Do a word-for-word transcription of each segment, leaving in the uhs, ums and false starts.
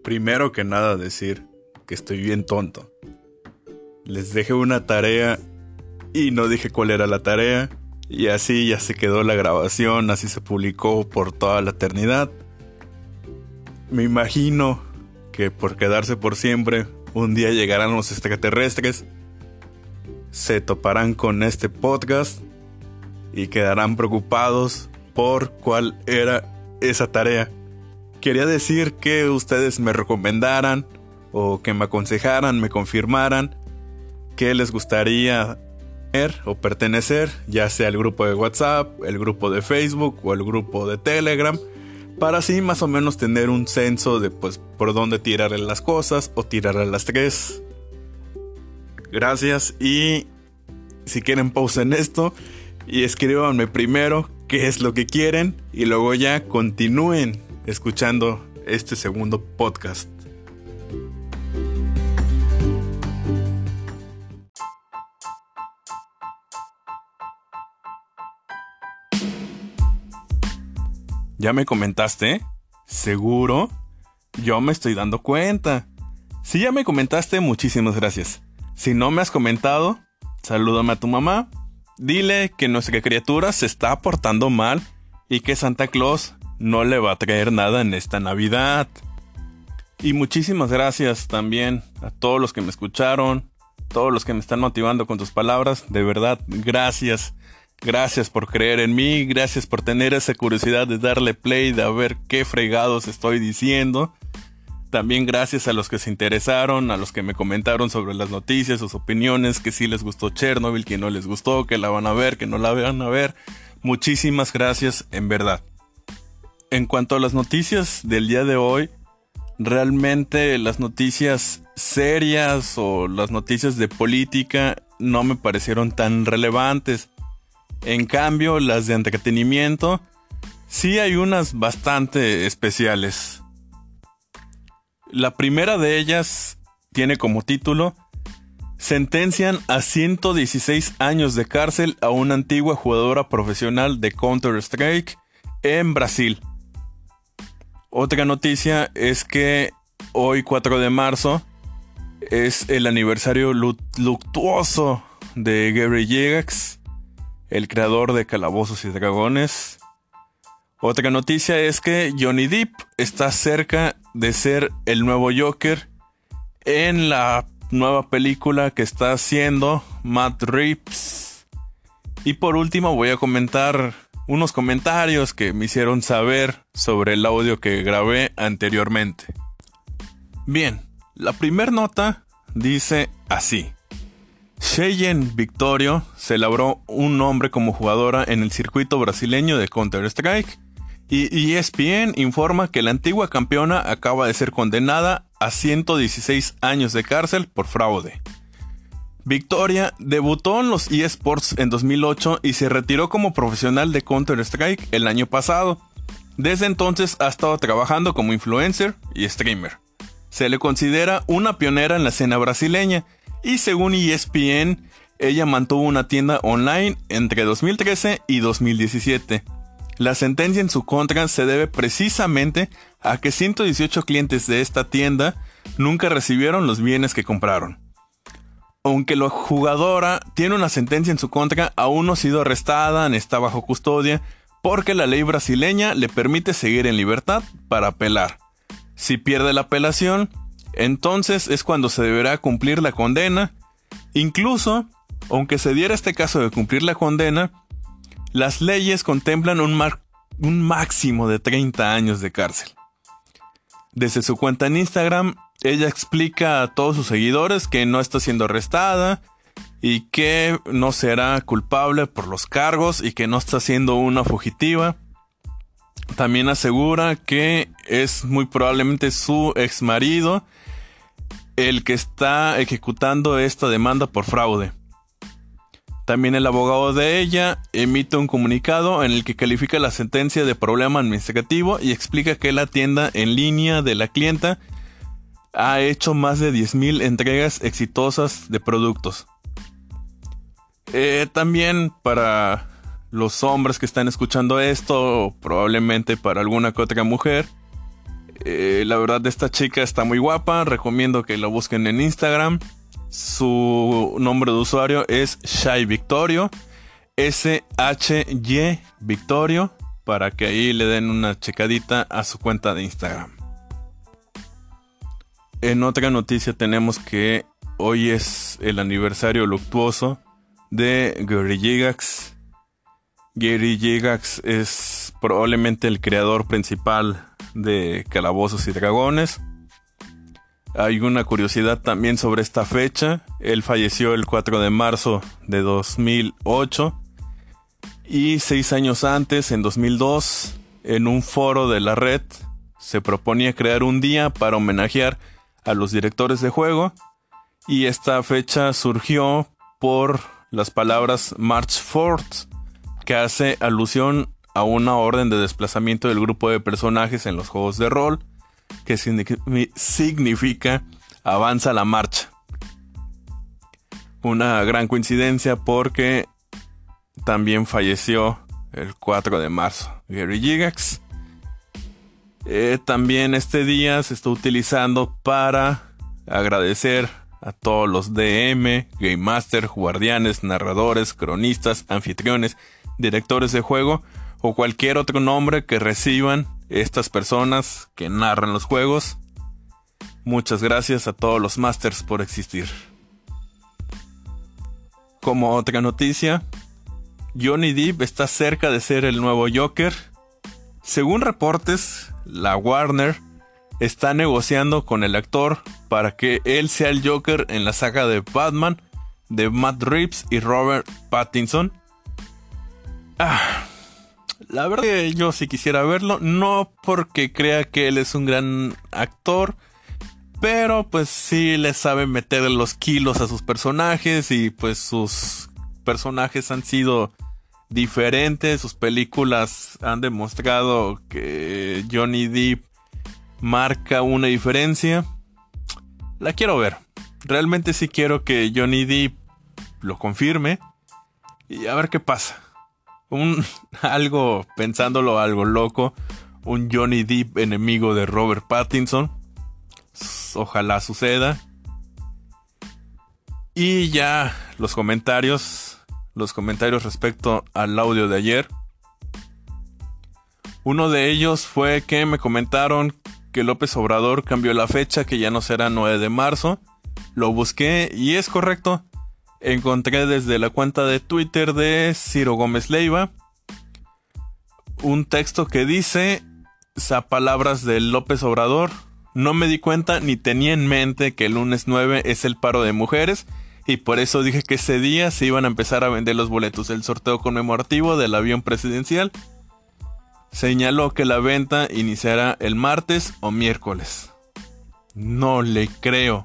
Primero que nada decir que estoy bien tonto. Les dejé una tarea y no dije cuál era la tarea. Y así ya se quedó la grabación, así se publicó por toda la eternidad. Me imagino que por quedarse por siempre, un día llegarán los extraterrestres, se toparán con este podcast y quedarán preocupados por cuál era esa tarea. Quería decir que ustedes me recomendaran o que me aconsejaran, me confirmaran que les gustaría ver o pertenecer, ya sea el grupo de WhatsApp, el grupo de Facebook o el grupo de Telegram, para así más o menos tener un censo de pues por dónde tirarle las cosas o tirarle las tres. Gracias, y si quieren pausen esto y escríbanme primero qué es lo que quieren y luego ya continúen escuchando este segundo podcast. ¿Ya me comentaste? ¿Seguro? Yo me estoy dando cuenta. Si ya me comentaste, muchísimas gracias. Si no me has comentado, salúdame a tu mamá. Dile que nuestra criatura se está portando mal y que Santa Claus no le va a traer nada en esta Navidad. Y muchísimas gracias también a todos los que me escucharon, todos los que me están motivando con tus palabras. De verdad, gracias. Gracias por creer en mí, gracias por tener esa curiosidad de darle play, de ver qué fregados estoy diciendo. También gracias a los que se interesaron, a los que me comentaron sobre las noticias, sus opiniones, que sí les gustó Chernobyl, que no les gustó, que la van a ver, que no la van a ver. Muchísimas gracias, en verdad. En cuanto a las noticias del día de hoy, realmente las noticias serias o las noticias de política no me parecieron tan relevantes. En cambio, las de entretenimiento, sí hay unas bastante especiales. La primera de ellas tiene como título: sentencian a ciento dieciséis años de cárcel a una antigua jugadora profesional de Counter-Strike en Brasil. Otra noticia es que hoy, cuatro de marzo, es el aniversario luctuoso de Gary Gygax, el creador de Calabozos y Dragones. Otra noticia es que Johnny Depp está cerca de ser el nuevo Joker en la nueva película que está haciendo Matt Reeves. Y por último voy a comentar unos comentarios que me hicieron saber sobre el audio que grabé anteriormente. Bien, la primera nota dice así: Cheyenne Victorio se labró un nombre como jugadora en el circuito brasileño de Counter-Strike, y E S P N informa que la antigua campeona acaba de ser condenada a ciento dieciséis años de cárcel por fraude. Victoria debutó en los eSports en dos mil ocho y se retiró como profesional de Counter-Strike el año pasado. Desde entonces ha estado trabajando como influencer y streamer. Se le considera una pionera en la escena brasileña, y según E S P N, ella mantuvo una tienda online entre dos mil trece y dos mil diecisiete. La sentencia en su contra se debe precisamente a que ciento dieciocho clientes de esta tienda nunca recibieron los bienes que compraron. Aunque la jugadora tiene una sentencia en su contra, aún no ha sido arrestada ni está bajo custodia, porque la ley brasileña le permite seguir en libertad para apelar. Si pierde la apelación, entonces es cuando se deberá cumplir la condena. Incluso, aunque se diera este caso de cumplir la condena, las leyes contemplan un, mar- un máximo de treinta años de cárcel. Desde su cuenta en Instagram, ella explica a todos sus seguidores que no está siendo arrestada y que no será culpable por los cargos y que no está siendo una fugitiva. También asegura que es muy probablemente su ex marido el que está ejecutando esta demanda por fraude. También el abogado de ella emite un comunicado en el que califica la sentencia de problema administrativo y explica que la tienda en línea de la clienta ha hecho más de diez mil entregas exitosas de productos. Eh, también para los hombres que están escuchando esto, o probablemente para alguna que otra mujer, Eh, la verdad, esta chica está muy guapa. Recomiendo que la busquen en Instagram. Su nombre de usuario es Shy Victorio. S H Y Victorio. Para que ahí le den una checadita a su cuenta de Instagram. En otra noticia tenemos que hoy es el aniversario luctuoso de Gary Gygax. Gary Gygax es probablemente el creador principal de Calabozos y Dragones. Hay una curiosidad también sobre esta fecha. Él falleció el cuatro de marzo de dos mil ocho. Y seis años antes, en dos mil dos, en un foro de la red, se proponía crear un día para homenajear a los directores de juego. Y esta fecha surgió por las palabras March fourth, que hace alusión a una orden de desplazamiento del grupo de personajes en los juegos de rol, que significa avanza la marcha. Una gran coincidencia porque también falleció el cuatro de marzo Gary Gygax. Eh, también este día se está utilizando para agradecer a todos los D M, Game Master, guardianes, narradores, cronistas, anfitriones, directores de juego o cualquier otro nombre que reciban estas personas que narran los juegos. Muchas gracias a todos los Masters por existir. Como otra noticia, Johnny Depp está cerca de ser el nuevo Joker. Según reportes, la Warner está negociando con el actor para que él sea el Joker en la saga de Batman de Matt Reeves y Robert Pattinson. Ah, la verdad que yo sí quisiera verlo, no porque crea que él es un gran actor, pero pues sí le sabe meter los kilos a sus personajes y pues sus personajes han sido diferentes. Sus películas han demostrado que Johnny Depp marca una diferencia. La quiero ver. Realmente sí quiero que Johnny Depp lo confirme y a ver qué pasa. Un algo pensándolo algo loco, un Johnny Depp enemigo de Robert Pattinson. Ojalá suceda. Y ya los comentarios, los comentarios respecto al audio de ayer. Uno de ellos fue que me comentaron que López Obrador cambió la fecha, que ya no será nueve de marzo. Lo busqué y es correcto. Encontré desde la cuenta de Twitter de Ciro Gómez Leiva un texto que dice a palabras de López Obrador: no me di cuenta ni tenía en mente que el lunes nueve es el paro de mujeres y por eso dije que ese día se iban a empezar a vender los boletos del sorteo conmemorativo del avión presidencial. Señaló que la venta iniciará el martes o miércoles. No le creo,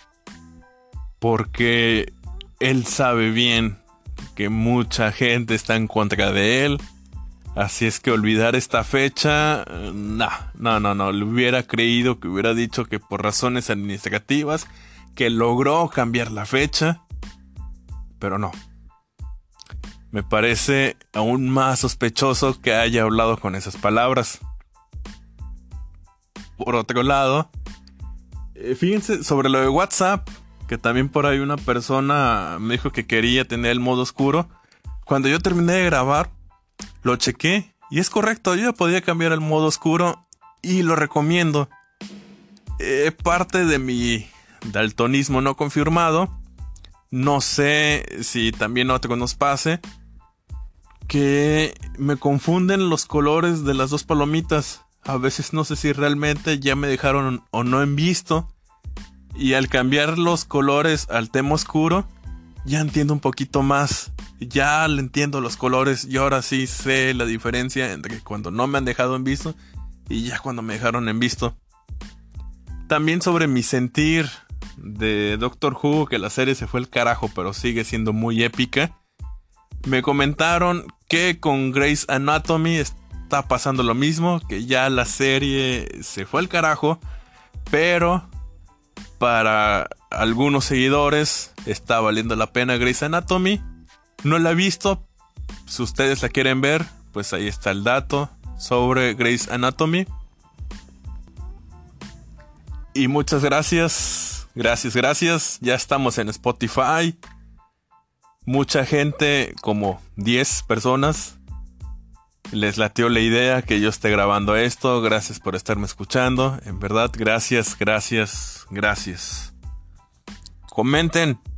porque él sabe bien que mucha gente está en contra de él. Así es que olvidar esta fecha, nah, no, no, no, le hubiera creído que hubiera dicho que por razones administrativas, que logró cambiar la fecha, pero no. Me parece aún más sospechoso que haya hablado con esas palabras. Por otro lado, eh, fíjense sobre lo de WhatsApp, que también por ahí una persona me dijo que quería tener el modo oscuro. Cuando yo terminé de grabar, lo chequé y es correcto, yo ya podía cambiar el modo oscuro y lo recomiendo. Eh, parte de mi daltonismo no confirmado. No sé si también a otro nos pase que me confunden los colores de las dos palomitas. A veces no sé si realmente ya me dejaron o no en visto. Y al cambiar los colores al tema oscuro, ya entiendo un poquito más. Ya le entiendo los colores y ahora sí sé la diferencia entre cuando no me han dejado en visto y ya cuando me dejaron en visto. También sobre mi sentir de Doctor Who, que la serie se fue al carajo pero sigue siendo muy épica. Me comentaron que con Grey's Anatomy está pasando lo mismo, que ya la serie se fue al carajo, pero para algunos seguidores está valiendo la pena Grey's Anatomy. No la he visto, si ustedes la quieren ver, pues ahí está el dato sobre Grey's Anatomy. Y muchas gracias. Gracias, gracias. Ya estamos en Spotify. Mucha gente, como diez personas, les latió la idea que yo esté grabando esto. Gracias por estarme escuchando. En verdad, gracias, gracias, gracias. Comenten.